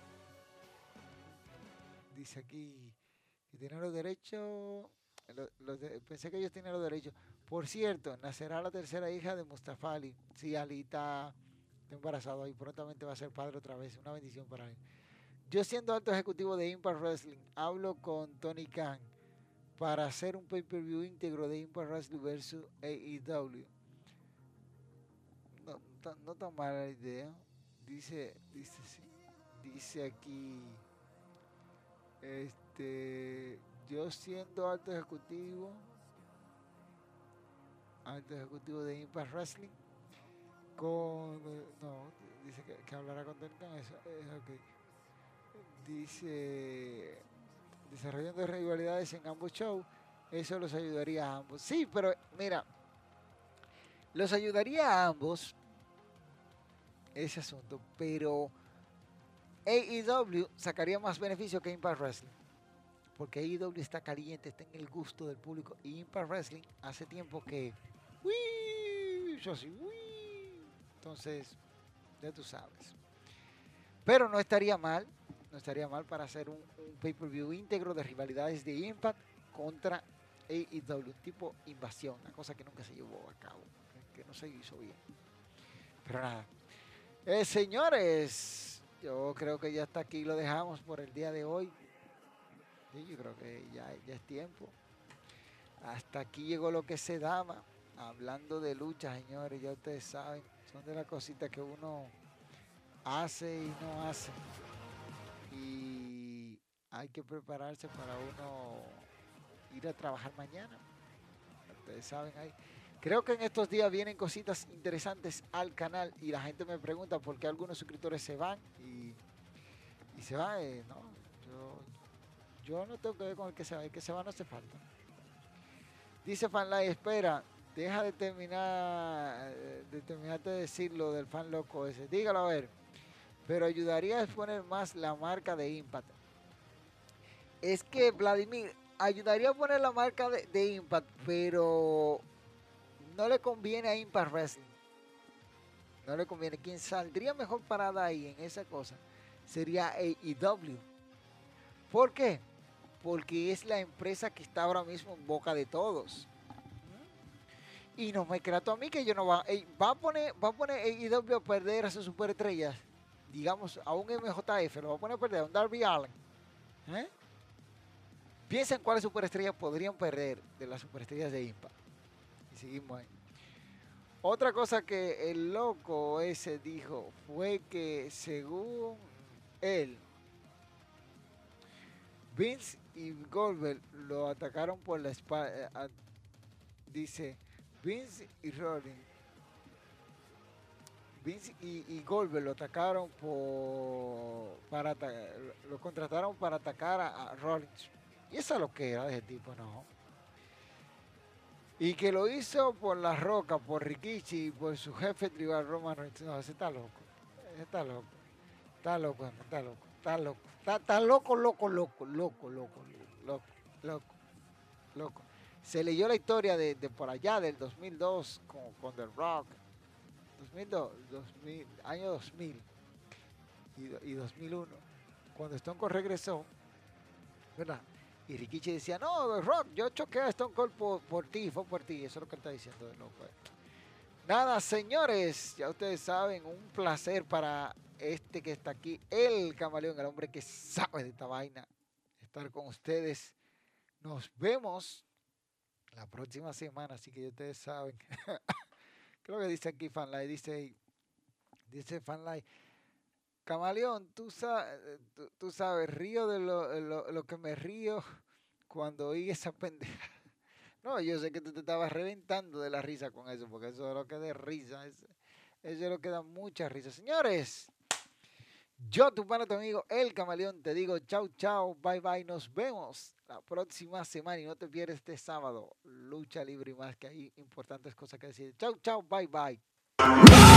Dice aquí que tienen los derechos. Pensé que ellos tenían los derechos. Por cierto, nacerá la tercera hija de Mustafa Ali. Sí, Ali está embarazado y prontamente va a ser padre otra vez. Una bendición para él. Yo, siendo alto ejecutivo de Impact Wrestling, hablo con Tony Khan para hacer un pay-per-view íntegro de Impact Wrestling versus AEW. No tan mala la idea. Dice aquí, yo siendo alto ejecutivo de Impact Wrestling, dice que hablará con Tony Khan, eso es okay. Dice, desarrollando rivalidades en ambos shows, eso los ayudaría a ambos. Sí, pero mira, los ayudaría a ambos ese asunto, pero AEW sacaría más beneficio que Impact Wrestling, porque AEW está caliente, está en el gusto del público, y Impact Wrestling hace tiempo que entonces ya tú sabes, pero no estaría mal para hacer un pay-per-view íntegro de rivalidades de Impact contra AEW, tipo invasión, una cosa que nunca se llevó a cabo, que no se hizo bien. Pero nada, señores, yo creo que ya hasta aquí lo dejamos por el día de hoy. Sí, yo creo que ya es tiempo. Hasta aquí llegó lo que se daba. Hablando de lucha, señores, ya ustedes saben, son de las cositas que uno hace y no hace. Y hay que prepararse para uno ir a trabajar mañana. Ustedes saben ahí. Creo que en estos días vienen cositas interesantes al canal y la gente me pregunta por qué algunos suscriptores se van y se van. No, yo no tengo que ver con el que se va no hace falta. Dice Fanlight, espera, deja de terminarte de decir lo del fan loco ese. Dígalo a ver. Pero ayudaría a exponer más la marca de Impact. Es que Vladimir ayudaría a poner la marca de Impact, pero no le conviene a Impact Wrestling. No le conviene. Quien saldría mejor parada ahí en esa cosa sería AEW. ¿Por qué? Porque es la empresa que está ahora mismo en boca de todos. Y no me creas tú a mí que yo no va a poner AEW a perder a sus superestrellas. Digamos, a un MJF, lo va a poner a perder a un Darby Allin. ¿Eh? Piensa en cuáles superestrellas podrían perder de las superestrellas de Impact. Y seguimos ahí. Otra cosa que el loco ese dijo fue que según él, Vince y Goldberg lo atacaron por la espalda. Dice, Vince y Rollins. Vince y Goldberg lo atacaron lo contrataron para atacar a Rollins. Y esa es lo que era de ese tipo, no. Y que lo hizo por La Roca, por Rikichi, por su jefe tribal Roman Reigns. No, ese está loco. Ese está loco. Está loco, está loco. Está loco. Está loco, loco, loco, loco, loco, loco, loco, loco. Se leyó la historia de por allá, del 2002, con The Rock. 2000, año 2000 y 2001. Cuando Stone Cold regresó, ¿verdad? Y Rikichi decía, no, The Rock, yo choqué a Stone Cold por ti, fue por ti. Eso es lo que él está diciendo de loco. Nada, señores, ya ustedes saben, un placer para este que está aquí, el camaleón, el hombre que sabe de esta vaina, estar con ustedes. Nos vemos la próxima semana, así que ya ustedes saben. Creo que dice aquí Fanlight, dice Fanlight, camaleón, tú sabes, río de lo que me río cuando oí esa pendeja. No, yo sé que tú te estabas reventando de la risa con eso, porque eso es lo que da risa, eso es lo que da mucha risa. Señores, yo, tu pana, tu amigo, el camaleón, te digo chau, chau, bye, bye, nos vemos la próxima semana y no te pierdas este sábado, lucha libre y más, que hay importantes cosas que decir. Chau, chau, bye, bye.